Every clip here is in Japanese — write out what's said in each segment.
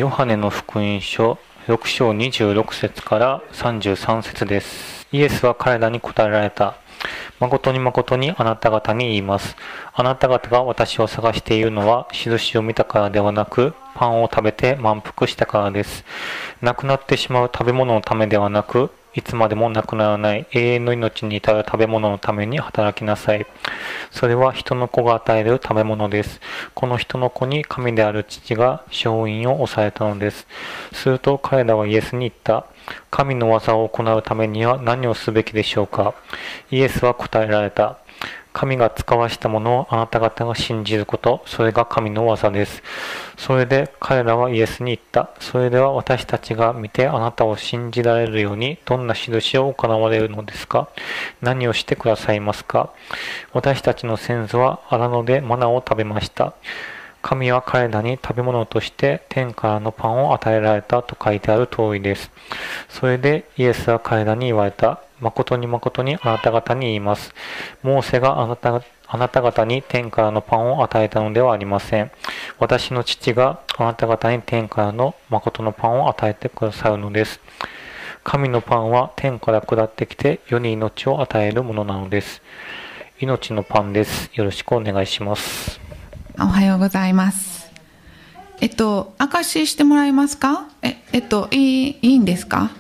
ヨハネの福音書6章26節から33節です。イエスは彼らに答えられた。誠に誠にあなた方に言います。あなた方が私を探しているのは、印を見たからではなく、パンを食べて満腹したからです。なくなってしまう食べ物のためではなく、いつまでもなくならない永遠の命に至る食べ物のために働きなさい。それは人の子が与える食べ物です。この人の子に神である父が勝因を抑えたのです。すると彼らはイエスに言った。神の技を行うためには何をすべきでしょうか。イエスは答えられた。神が使わしたものをあなた方が信じること、それが神の技です。それで彼らはイエスに言った。それでは私たちが見てあなたを信じられるようにどんな印を行われるのですか。何をしてくださいますか。私たちの先祖は荒野でマナを食べました。神は彼らに食べ物として天からのパンを与えられたと書いてある通りです。それでイエスは彼らに言われた。誠に誠にあなた方に言います。モーセがあなた方に天からのパンを与えたのではありません。私の父があなた方に天からの誠のパンを与えてくださるのです。神のパンは天から下ってきて世に命を与えるものなのです。命のパンです。よろしくお願いします。 おはようございます。証ししてもらえますか？いいんですか？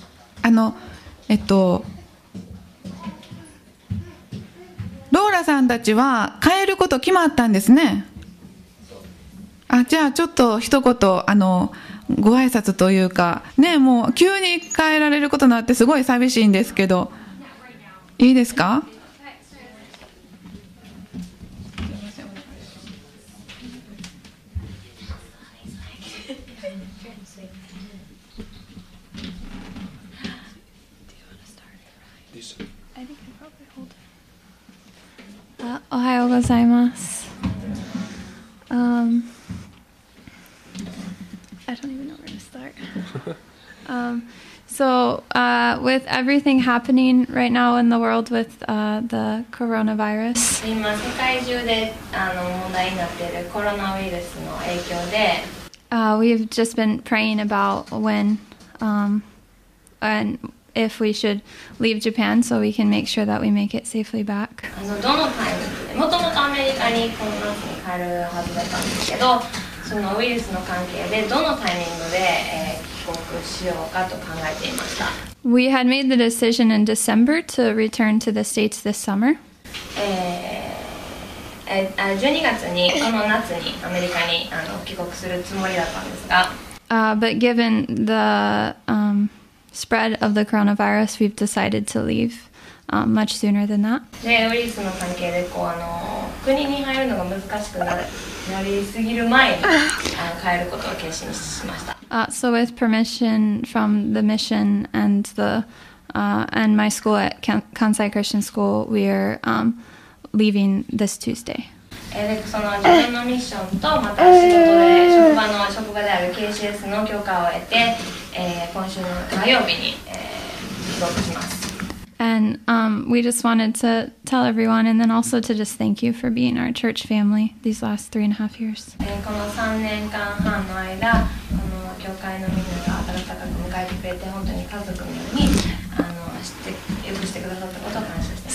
ローラさんたちは帰ること決まったんですね。じゃあちょっと一言ご挨拶というかね、もう急に帰られることになってすごい寂しいんですけど、いいですか？ おはようございます。I don't even know where to start. With everything happening right now in the world with the coronavirus, 今世界中で問題になっているコロナウイルスの影響で、 we've just been praying about when and if we should leave Japan so we can make sure that we make it safely back. どのタイミングで、もともとアメリカにこの夏に帰るはずだったんですけど、そのウイルスの関係でどのタイミングで、帰国しようかと考えていました。 We had made the decision in December to return to the States this summer. 12月にこの夏にアメリカに帰国するつもりだったんですが、 but given the spread of the coronavirus, we've decided to leave much sooner than that. で、ウイルスの関係で国に入るのが難しくなりすぎる前に帰ることを決心しました。 So with permission from the mission and my school at Kansai Christian School, we are leaving this Tuesday. で、その自分のミッションとまた職場である KCS の許可を得て、今週の火曜日に、帰国します。 And we just wanted to tell everyone and then also to just thank you for being our church family these last 3.5 years. この3年間半の間、この教会のみんなが温かく迎えてくれて、本当に家族のようによくしてくださったことを感謝しています。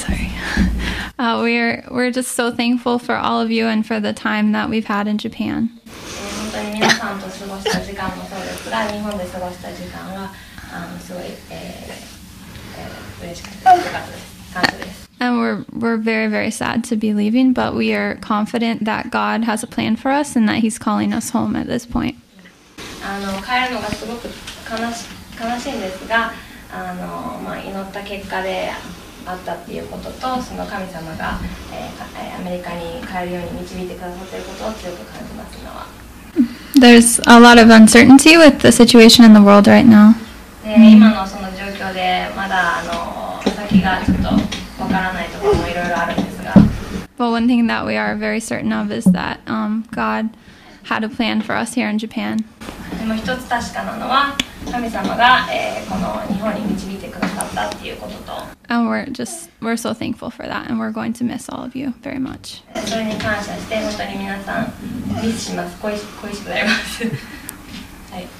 We're just so thankful for all of you and for the time that we've had in Japan. 本当に皆さんと過ごした時間もそうですが、日本で過ごした時間はすごい嬉しかったです。感謝です。 And we're very, very sad to be leaving, but we are confident that God has a plan for us and that He's calling us home at this point. 帰るのがすごく悲しいんですが、祈った結果であったっていうことと、その神様が、アメリカに帰るように導いてくださっていることを強く感じます。今は。 There's a lot of uncertainty with the situation in the world right now. 今のその状況でまだ先がちょっとわからないところもいろいろあるんですが。 But one thing that we are very certain of is that God had a plan for us here in Japan. でも一つ確かなのは、神様が、この日本に導いてくださったっていうことと。 And we're so thankful for that, and we're going to miss all of you very much. それに感謝して、本当に皆さんミスします。恋しくなります。はい。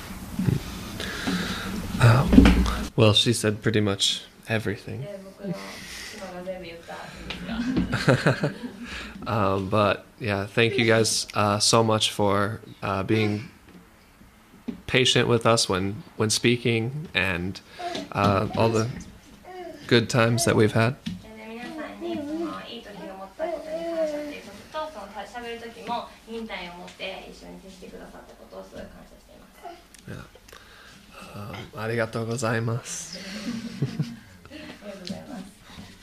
Well, she said pretty much everything. 僕の妻が全部言ったんですが。 But yeah, thank you guys so much for being patient with us when speaking and all the good times that we've had. 皆さんにそのいい時を持ったことに感謝っていうことと、その喋る時も忍耐を持って一緒に接してくださったことをすごい感謝しています。 ありがとうございます。 ありがとうございます。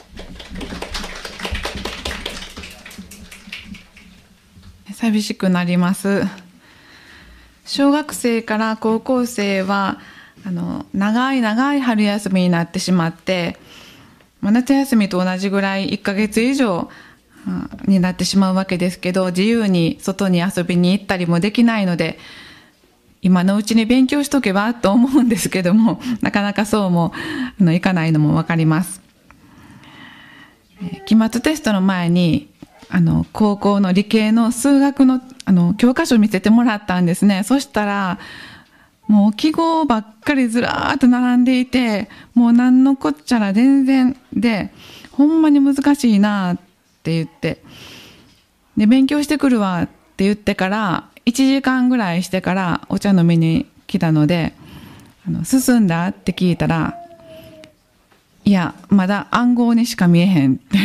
寂しくなります。小学生から高校生は長い長い春休みになってしまって、夏休みと同じぐらい1ヶ月以上になってしまうわけですけど、自由に外に遊びに行ったりもできないので、今のうちに勉強しとけばと思うんですけども、なかなかそうもいかないのもわかります。期末テストの前に高校の理系の数学の教科書を見せてもらったんですね。そしたらもう記号ばっかりずらーっと並んでいて、もう何のこっちゃら全然で、ほんまに難しいなって言って、で勉強してくるわって言ってから1時間ぐらいしてからお茶飲みに来たので、進んだって聞いたら、いやまだ暗号にしか見えへんって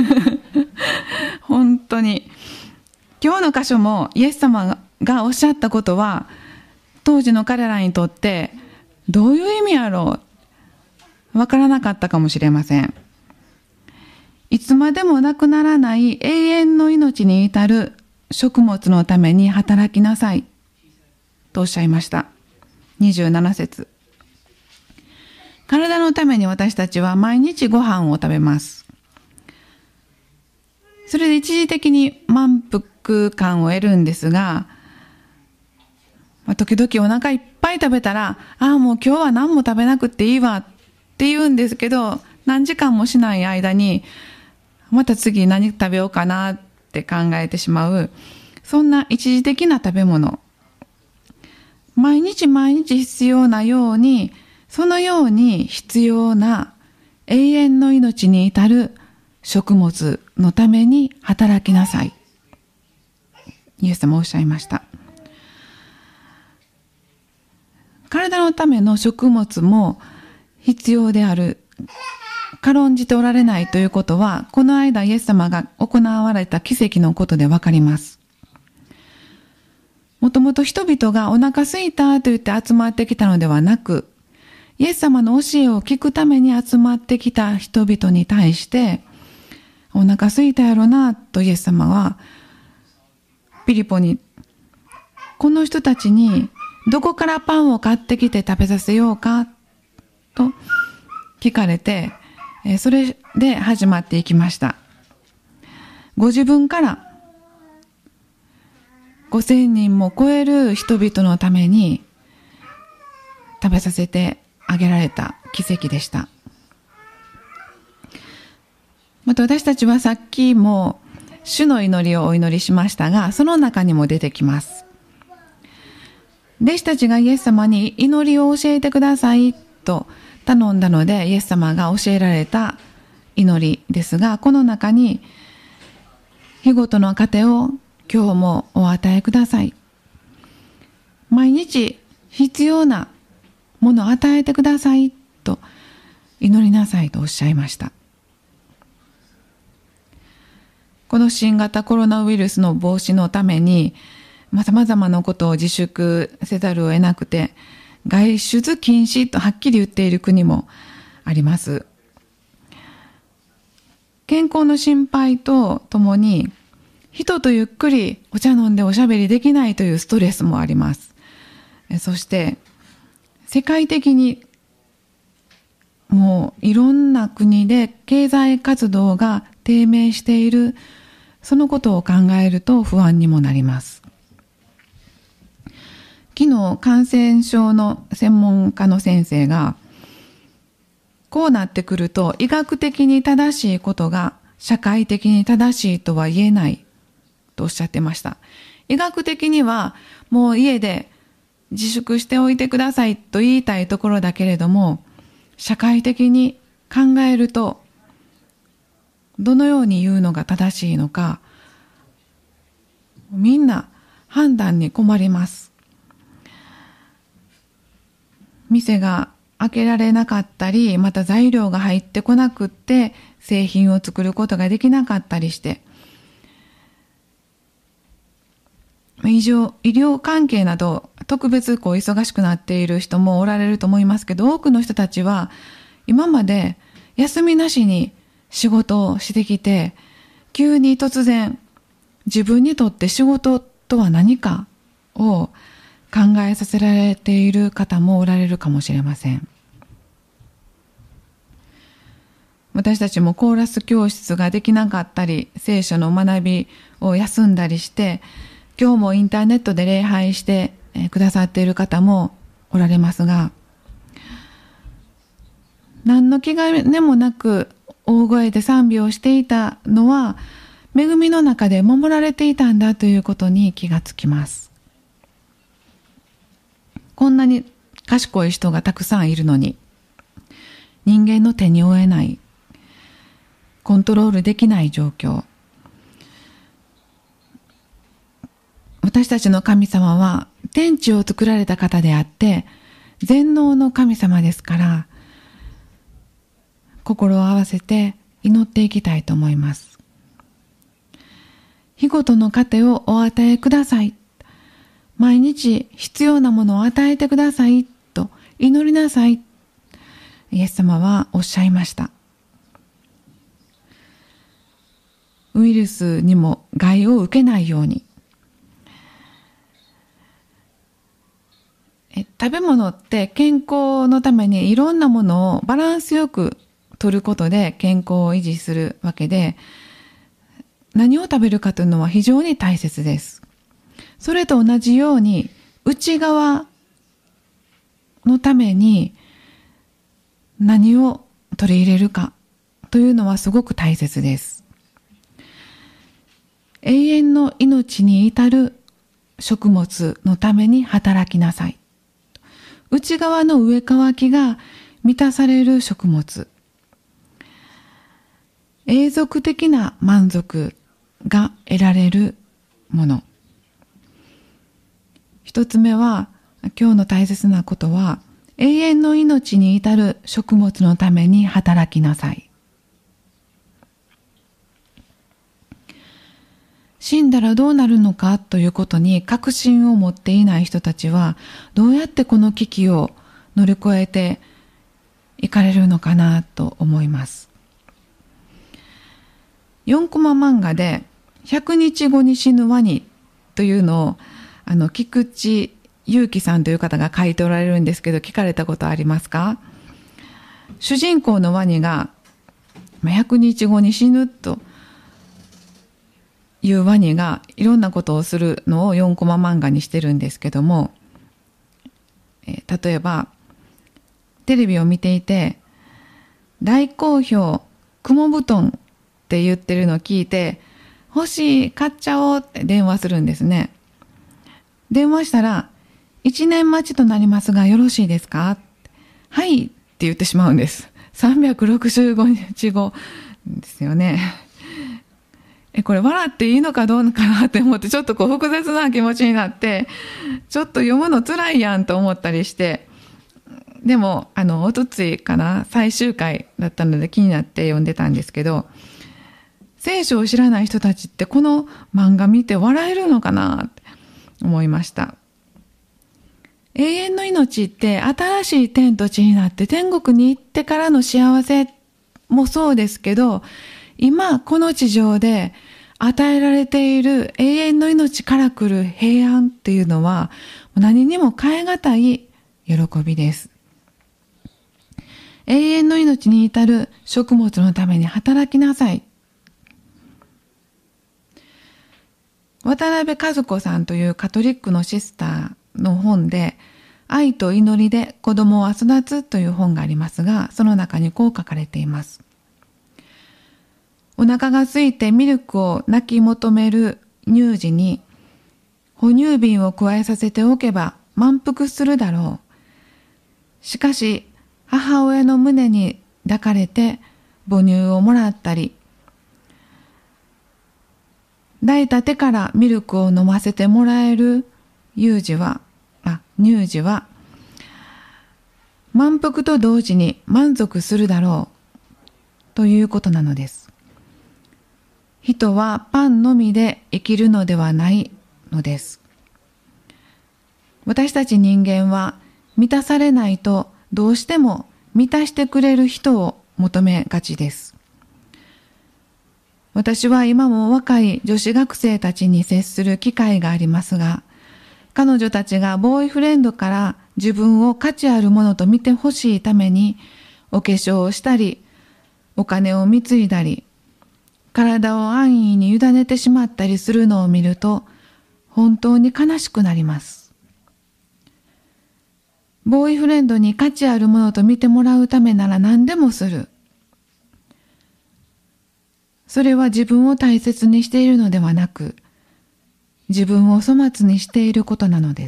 本当に今日の箇所もイエス様がおっしゃったことは、当時の彼らにとってどういう意味やろう、わからなかったかもしれません。いつまでもなくならない永遠の命に至る食物のために働きなさいとおっしゃいました。27節。体のために私たちは毎日ご飯を食べます。それで一時的に満腹感を得るんですが、時々お腹いっぱい食べたら、もう今日は何も食べなくていいわって言うんですけど、何時間もしない間にまた次何食べようかなって考えてしまう、そんな一時的な食べ物、毎日毎日必要なように、そのように必要な永遠の命に至る食物のために働きなさい。イエス様おっしゃいました。体のための食物も必要である、軽んじておられないということは、この間イエス様が行われた奇跡のことでわかります。もともと人々がお腹すいたと言って集まってきたのではなく、イエス様の教えを聞くために集まってきた人々に対して、お腹すいたやろなとイエス様はピリポに、この人たちにどこからパンを買ってきて食べさせようかと聞かれて、それで始まっていきました。ご自分から5000人も超える人々のために食べさせてあげられた奇跡でした。また私たちはさっきも主の祈りをお祈りしましたが、その中にも出てきます。弟子たちがイエス様に祈りを教えてくださいと頼んだので、イエス様が教えられた祈りですが、この中に日ごとの糧を今日もお与えください、毎日必要なものを与えてくださいと祈りなさいとおっしゃいました。この新型コロナウイルスの防止のために様々なことを自粛せざるを得なくて、外出禁止とはっきり言っている国もあります。健康の心配とともに、人とゆっくりお茶飲んでおしゃべりできないというストレスもあります。そして世界的にもういろんな国で経済活動が低迷している、そのことを考えると不安にもなります。昨日感染症の専門家の先生が、こうなってくると医学的に正しいことが社会的に正しいとは言えないとおっしゃってました。医学的にはもう家で自粛しておいてくださいと言いたいところだけれども、社会的に考えるとどのように言うのが正しいのか、みんな判断に困ります。店が開けられなかったり、また材料が入ってこなくって製品を作ることができなかったりして、医療関係など特別忙しくなっている人もおられると思いますけど、多くの人たちは今まで休みなしに仕事をしてきて、急に突然自分にとって仕事とは何かを考えさせられている方もおられるかもしれません。私たちもコーラス教室ができなかったり、聖書の学びを休んだりして、今日もインターネットで礼拝してくださっている方もおられますが、何の気兼ねもなく大声で賛美をしていたのは、恵みの中で守られていたんだということに気がつきます。こんなに賢い人がたくさんいるのに、人間の手に負えない、コントロールできない状況。私たちの神様は天地を作られた方であって、全能の神様ですから、心を合わせて祈っていきたいと思います。日ごとの糧をお与えください。毎日必要なものを与えてくださいと祈りなさい。イエス様はおっしゃいました。ウイルスにも害を受けないように。食べ物って健康のためにいろんなものをバランスよく取ることで健康を維持するわけで、何を食べるかというのは非常に大切です。それと同じように内側のために何を取り入れるかというのはすごく大切です。永遠の命に至る食物のために働きなさい。内側の上渇きが満たされる食物。永続的な満足が得られるもの。一つ目は、今日の大切なことは、永遠の命に至る食物のために働きなさい。死んだらどうなるのかということに確信を持っていない人たちは、どうやってこの危機を乗り越えていかれるのかなと思います。4コマ漫画で100日後に死ぬワニというのを菊池祐希さんという方が書いておられるんですけど、聞かれたことありますか？主人公のワニが100日後に死ぬというワニがいろんなことをするのを4コマ漫画にしてるんですけども、例えばテレビを見ていて大好評雲布団って言ってるのを聞いて、欲しい、買っちゃおうって電話するんですね。電話したら、1年待ちとなりますがよろしいですか？はいって言ってしまうんです。365日後ですよね。これ笑っていいのかどうかなって思って、ちょっと複雑な気持ちになって、ちょっと読むの辛いやんと思ったりして、でもおとついかな、最終回だったので気になって読んでたんですけど、聖書を知らない人たちってこの漫画見て笑えるのかなって思いました。永遠の命って新しい天と地になって天国に行ってからの幸せもそうですけど、今この地上で与えられている永遠の命から来る平安っていうのは何にも代え難い喜びです。永遠の命に至る食物のために働きなさい。渡辺和子さんというカトリックのシスターの本で、愛と祈りで子供は育つという本がありますが、その中にこう書かれています。お腹が空いてミルクを泣き求める乳児に哺乳瓶を加えさせておけば満腹するだろう。しかし母親の胸に抱かれて母乳をもらったり、抱いた手からミルクを飲ませてもらえる乳児は満腹と同時に満足するだろうということなのです。人はパンのみで生きるのではないのです。私たち人間は満たされないとどうしても満たしてくれる人を求めがちです。私は今も若い女子学生たちに接する機会がありますが、彼女たちがボーイフレンドから自分を価値あるものと見てほしいためにお化粧をしたり、お金を貢いだり、体を安易に委ねてしまったりするのを見ると本当に悲しくなります。ボーイフレンドに価値あるものと見てもらうためなら何でもする。それは自分を大切にしているのではなく、自分を粗末にしていることなのです。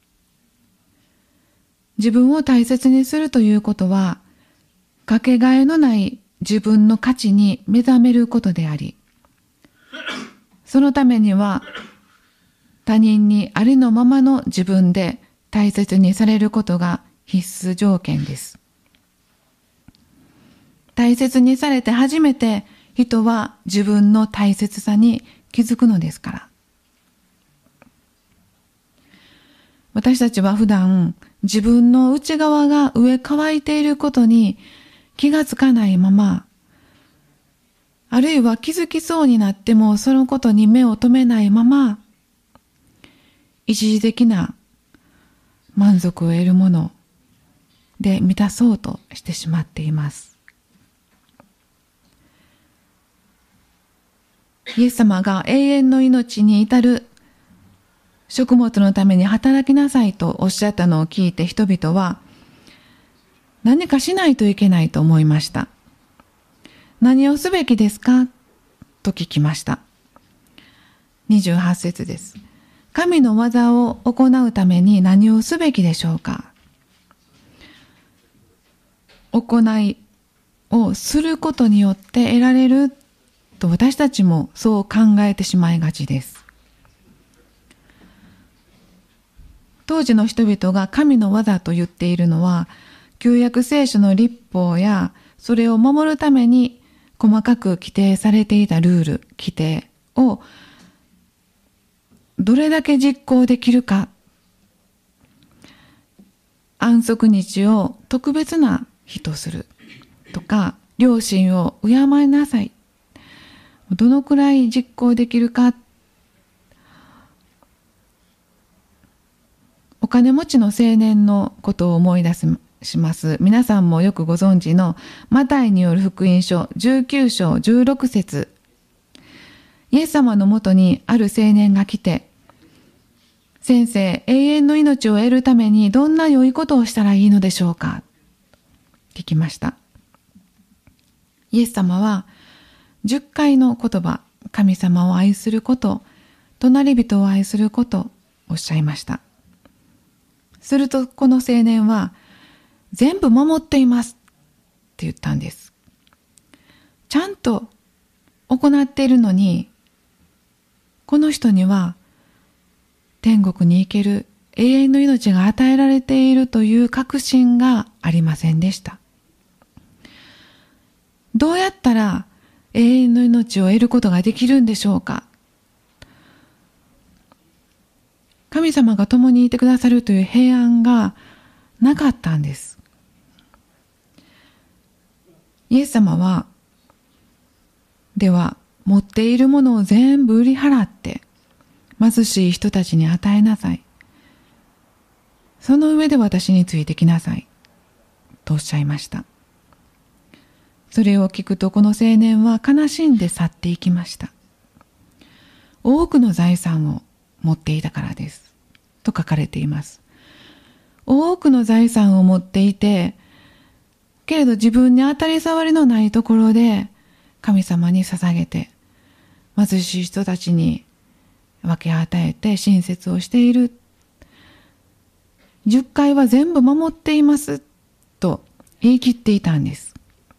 自分を大切にするということは、かけがえのない自分の価値に目覚めることであり、そのためには他人にありのままの自分で大切にされることが必須条件です。大切にされて初めて人は自分の大切さに気づくのですから。私たちは普段自分の内側が飢え渇いていることに気がつかないまま、あるいは気づきそうになってもそのことに目を留めないまま、一時的な満足を得るもので満たそうとしてしまっています。イエス様が永遠の命に至る食物のために働きなさいとおっしゃったのを聞いて、人々は何かしないといけないと思いました。何をすべきですかと聞きました。28節です。神の技を行うために何をすべきでしょうか。行いをすることによって得られると私たちもそう考えてしまいがちです。当時の人々が神の技と言っているのは、旧約聖書の律法やそれを守るために細かく規定されていたルール、規定をどれだけ実行できるか、安息日を特別な日とするとか、良心を敬いなさい、どのくらい実行できるか、お金持ちの青年のことを思い出します。皆さんもよくご存知のマタイによる福音書19章16節。イエス様のもとにある青年が来て、先生、永遠の命を得るためにどんな良いことをしたらいいのでしょうか聞きました。イエス様は10回の言葉、神様を愛すること、隣人を愛することをおっしゃいました。するとこの青年は、全部守っていますって言ったんです。ちゃんと行っているのに、この人には天国に行ける永遠の命が与えられているという確信がありませんでした。どうやったら永遠の命を得ることができるんでしょうか。神様が共にいてくださるという平安がなかったんです。イエス様は、では持っているものを全部売り払って貧しい人たちに与えなさい。その上で私についてきなさいとおっしゃいました。それを聞くとこの青年は悲しんで去っていきました。多くの財産を持っていたからですと書かれています。多くの財産を持っていて、けれど自分に当たり障りのないところで神様に捧げて、貧しい人たちに分け与えて親切をしている。 10回は全部守っていますと言い切っていたんです。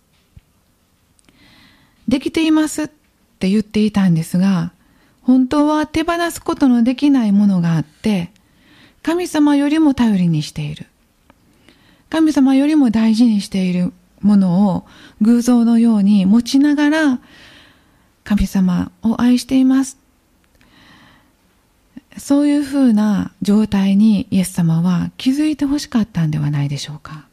できていますって言っていたんですが、本当は手放すことのできないものがあって、神様よりも頼りにしている。神様よりも大事にしているものを偶像のように持ちながら、神様を愛しています。そういうふうな状態にイエス様は気づいてほしかったんではないでしょうか。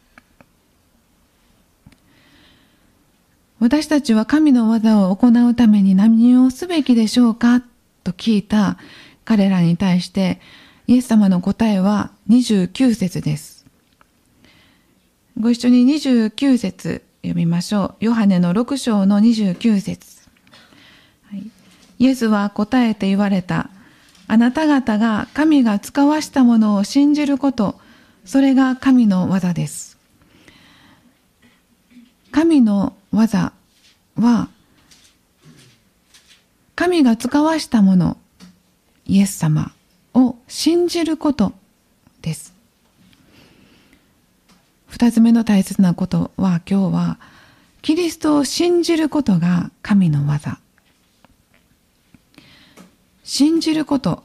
私たちは神の技を行うために何をすべきでしょうかと聞いた彼らに対してイエス様の答えは29節です。ご一緒に29節読みましょう。ヨハネの6章の29節、はい、イエスは答えて言われた。あなた方が神が使わしたものを信じること、それが神の技です。神の技は神が使わしたもの、イエス様を信じることです。二つ目の大切なことは、今日はキリストを信じることが神の技。信じること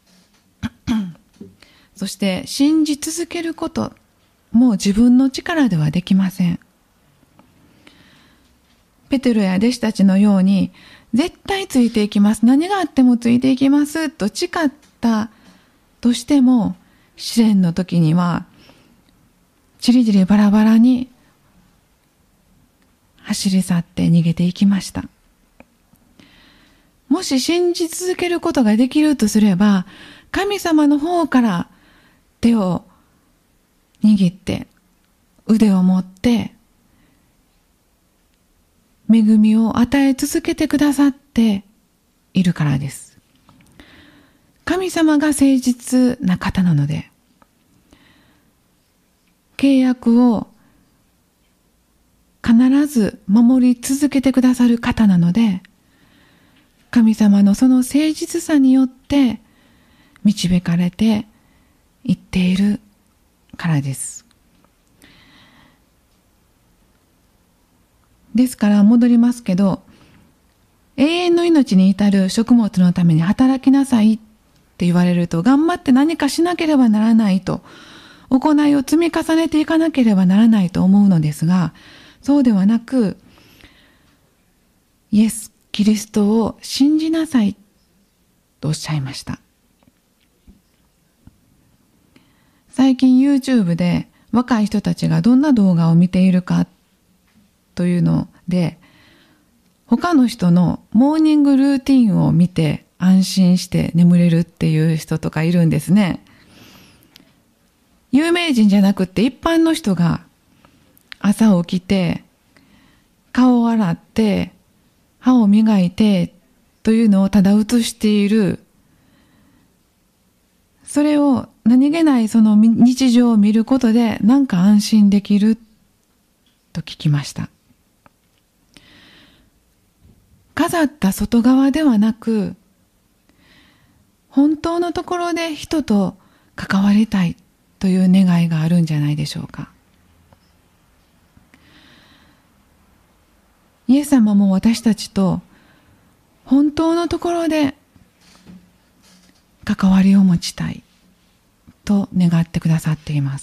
そして信じ続けることも自分の力ではできません。ペテロや弟子たちのように絶対ついていきます、何があってもついていきますと誓ったとしても、試練の時にはちりぢりバラバラに走り去って逃げていきました。もし信じ続けることができるとすれば、神様の方から手を握って腕を持って恵みを与え続けてくださっているからです。神様が誠実な方なので、契約を必ず守り続けてくださる方なので、神様のその誠実さによって導かれていっているからです。ですから戻りますけど、永遠の命に至る食物のために働きなさいって言われると、頑張って何かしなければならないと、行いを積み重ねていかなければならないと思うのですが、そうではなく、イエス・キリストを信じなさいとおっしゃいました。最近 YouTube で若い人たちがどんな動画を見ているかというので、他の人のモーニングルーティンを見て安心して眠れるっていう人とかいるんですね。有名人じゃなくって一般の人が朝起きて顔を洗って歯を磨いてというのをただ映している、それを何気ないその日常を見ることでなんか安心できると聞きました。飾った外側ではなく、本当のところで人と関わりたいという願いがあるんじゃないでしょうか。イエス様も私たちと本当のところで関わりを持ちたいと願ってくださっています。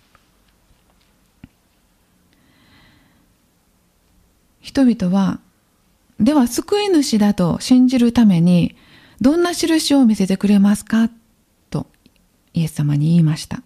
人々は、では救い主だと信じるためにどんな印を見せてくれますかとイエス様に言いました。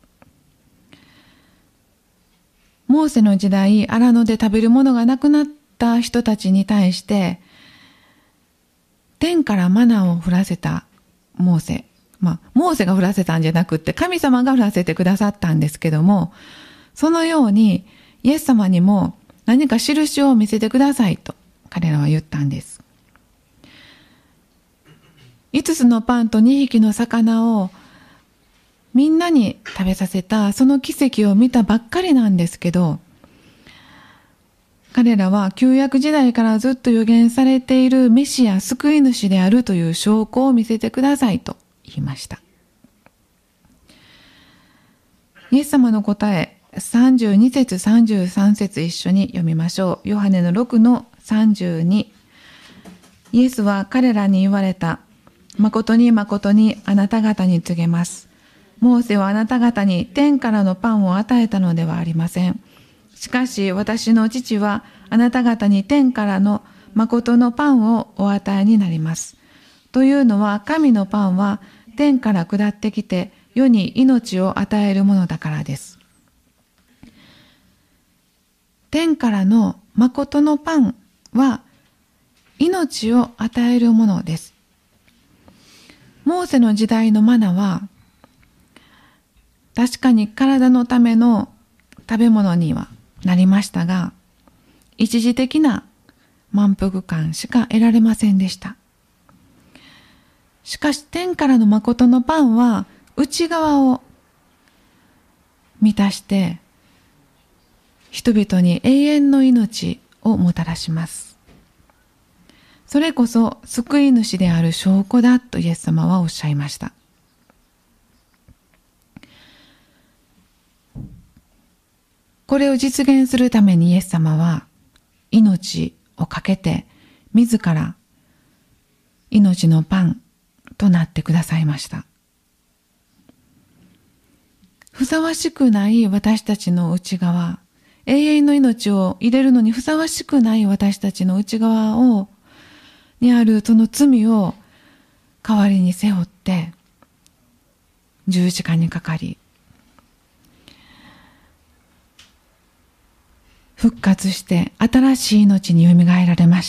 モーセの時代、荒野で食べるものがなくなった人たちに対して天からマナーを降らせたモーセ、モーセが降らせたんじゃなくって神様が降らせてくださったんですけども、そのようにイエス様にも何か印を見せてくださいと彼らは言ったんです。5つのパンと2匹の魚をみんなに食べさせたその奇跡を見たばっかりなんですけど、彼らは旧約時代からずっと予言されているメシア、救い主であるという証拠を見せてくださいと言いました。 イエス様の答え、32節33節一緒に読みましょう。ヨハネの6の32。イエスは彼らに言われた。誠に誠にあなた方に告げます。モーセはあなた方に天からのパンを与えたのではありません。しかし私の父はあなた方に天からの誠のパンをお与えになります。というのは神のパンは天から下ってきて世に命を与えるものだからです。天からの誠のパンは命を与えるものです。モーセの時代のマナは確かに体のための食べ物にはなりましたが、一時的な満腹感しか得られませんでした。しかし天からの誠のパンは内側を満たして人々に永遠の命をもたらします。それこそ救い主である証拠だとイエス様はおっしゃいました。これを実現するためにイエス様は命をかけて自ら命のパンとなってくださいました。ふさわしくない私たちの内側、永遠の命を入れるのにふさわしくない私たちの内側にあるその罪を代わりに背負って十字架にかかり、復活して新しい命によみがえられました。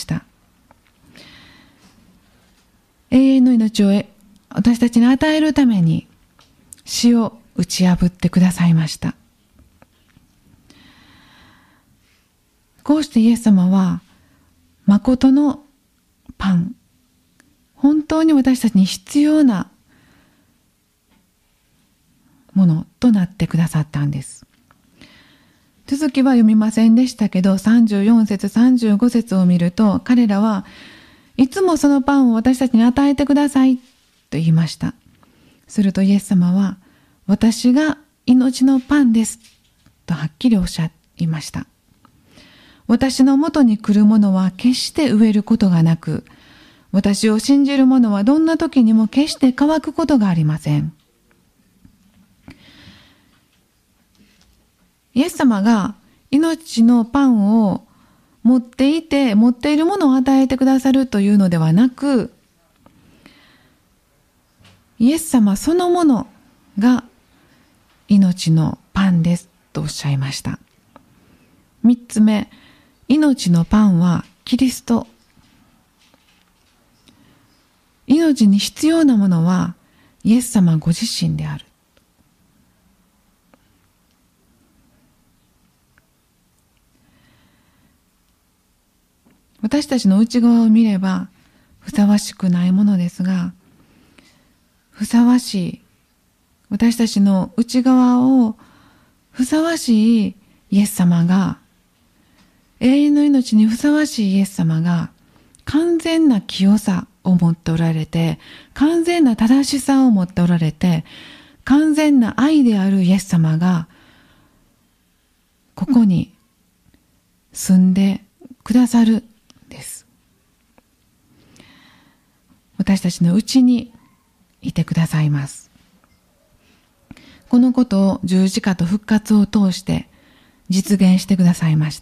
永遠の命を私たちに与えるために死を打ち破ってくださいました。こうしてイエス様は誠のパン、本当に私たちに必要なものとなってくださったんです。続きは読みませんでしたけど、34節35節を見ると、彼らはいつもそのパンを私たちに与えてくださいと言いました。するとイエス様は、私が命のパンですとはっきりおっしゃいました。私のもとに来るものは決して飢えることがなく、私を信じる者はどんな時にも決して乾くことがありません。イエス様が命のパンを持っていて、持っているものを与えてくださるというのではなく、イエス様そのものが命のパンですとおっしゃいました。三つ目、命のパンはキリスト。命に必要なものはイエス様ご自身である。私たちの内側を見ればふさわしくないものですが、ふさわしい、私たちの内側をふさわしいイエス様が、永遠の命にふさわしいイエス様が完全な清さを持っておられて、完全な正しさを持っておられて、完全な愛であるイエス様がここに住んでくださるです。私たちのうちにいてくださいます。このことを十字架と復活を通して実現してくださいました。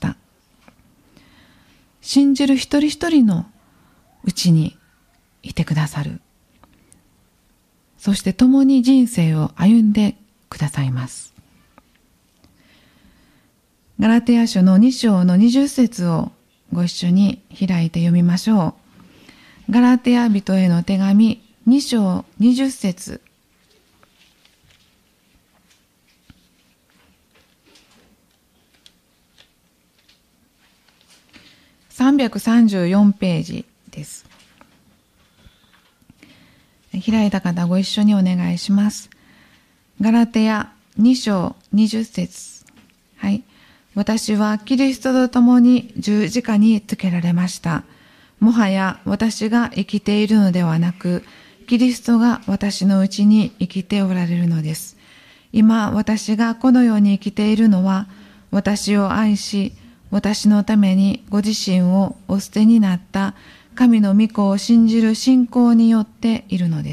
信じる一人一人のうちにいてくださる。そして共に人生を歩んでくださいます。ガラテヤ書の2章の20節をご一緒に開いて読みましょう。ガラテヤ人への手紙2章20節。334ページです。開いた方ご一緒にお願いします。ガラテヤ2章20節。はい。私はキリストと共に十字架につけられました。もはや私が生きているのではなく、キリストが私のうちに生きておられるのです。 今私がこの世に生きているのは、私を愛し、私のためにご自身をお捨てになった神の御子を信じる信仰によっているのです。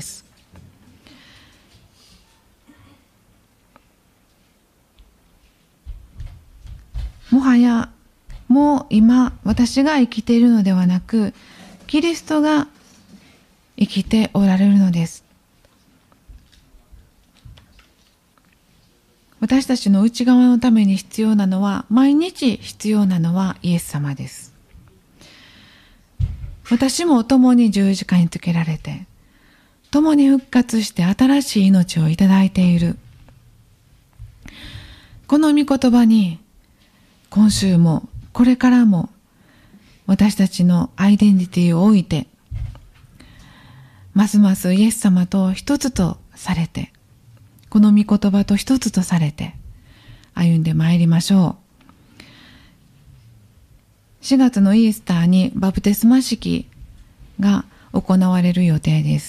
もはやもう今私が生きているのではなく、キリストが生きておられるのです。私たちの内側のために必要なのは、毎日必要なのはイエス様です。私も共に十字架につけられて、共に復活して新しい命をいただいている。この御言葉に、今週もこれからも私たちのアイデンティティを置いて、ますますイエス様と一つとされて、この御言葉と一つとされて歩んでまいりましょう。4月のイースターにバプテスマ式が行われる予定です。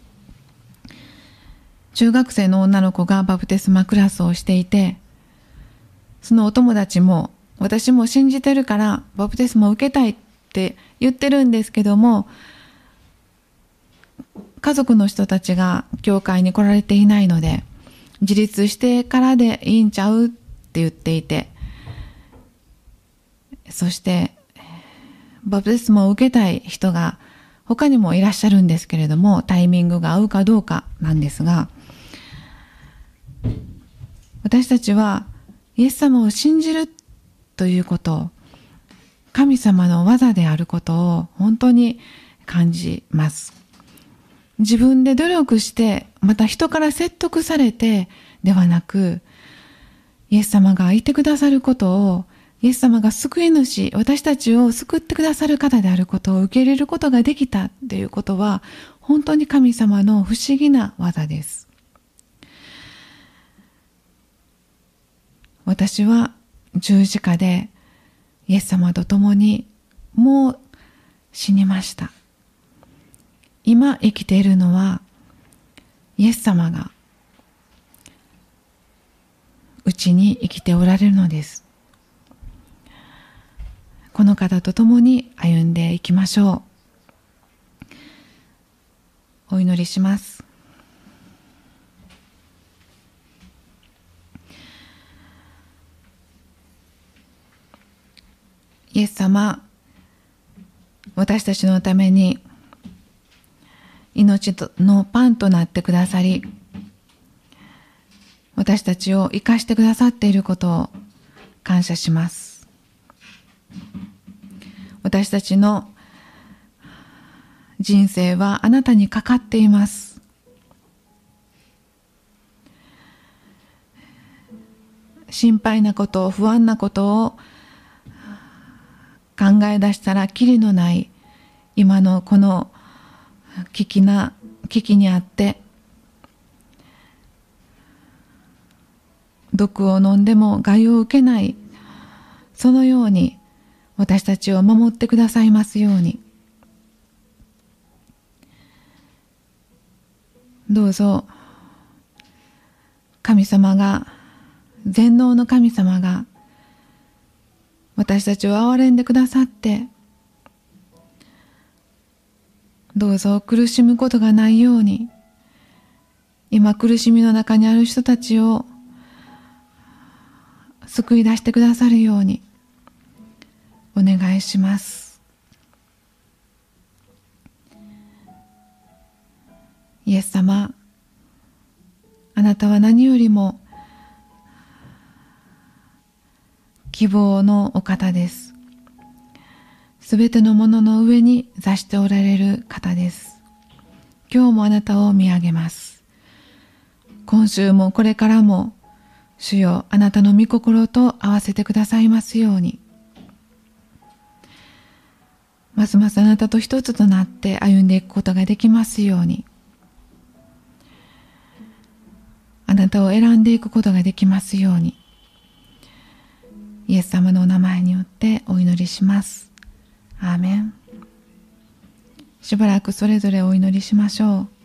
中学生の女の子がバプテスマクラスをしていて、そのお友達も、私も信じてるからバプテスマを受けたいって言ってるんですけども、家族の人たちが教会に来られていないので、自立してからでいいんちゃうって言っていて、そしてバプテスマを受けたい人が他にもいらっしゃるんですけれども、タイミングが合うかどうかなんですが、私たちはイエス様を信じるということを、神様の技であることを本当に感じます。自分で努力して、また人から説得されてではなく、イエス様がいてくださることを、イエス様が救い主、私たちを救ってくださる方であることを受け入れることができたということは、本当に神様の不思議な技です。私は十字架でイエス様と共にもう死にました。今生きているのはイエス様がうちに生きておられるのです。この方と共に歩んでいきましょう。お祈りします。イエス様、私たちのために命のパンとなってくださり、私たちを生かしてくださっていることを感謝します。私たちの人生はあなたにかかっています。心配なこと、不安なことを考え出したらきりのない今のこの危機にあって、毒を飲んでも害を受けない、そのように私たちを守ってくださいますように。どうぞ神様が、全能の神様が私たちを憐れんでくださって、どうぞ苦しむことがないように、今苦しみの中にある人たちを救い出してくださるようにお願いします。イエス様、あなたは何よりも希望のお方です。すべてのものの上に座しておられる方です。今日もあなたを見上げます。今週もこれからも主よ、あなたの御心と合わせてくださいますように。ますますあなたと一つとなって歩んでいくことができますように。あなたを選んでいくことができますように。イエス様のお名前によってお祈りします。アーメン。しばらくそれぞれお祈りしましょう。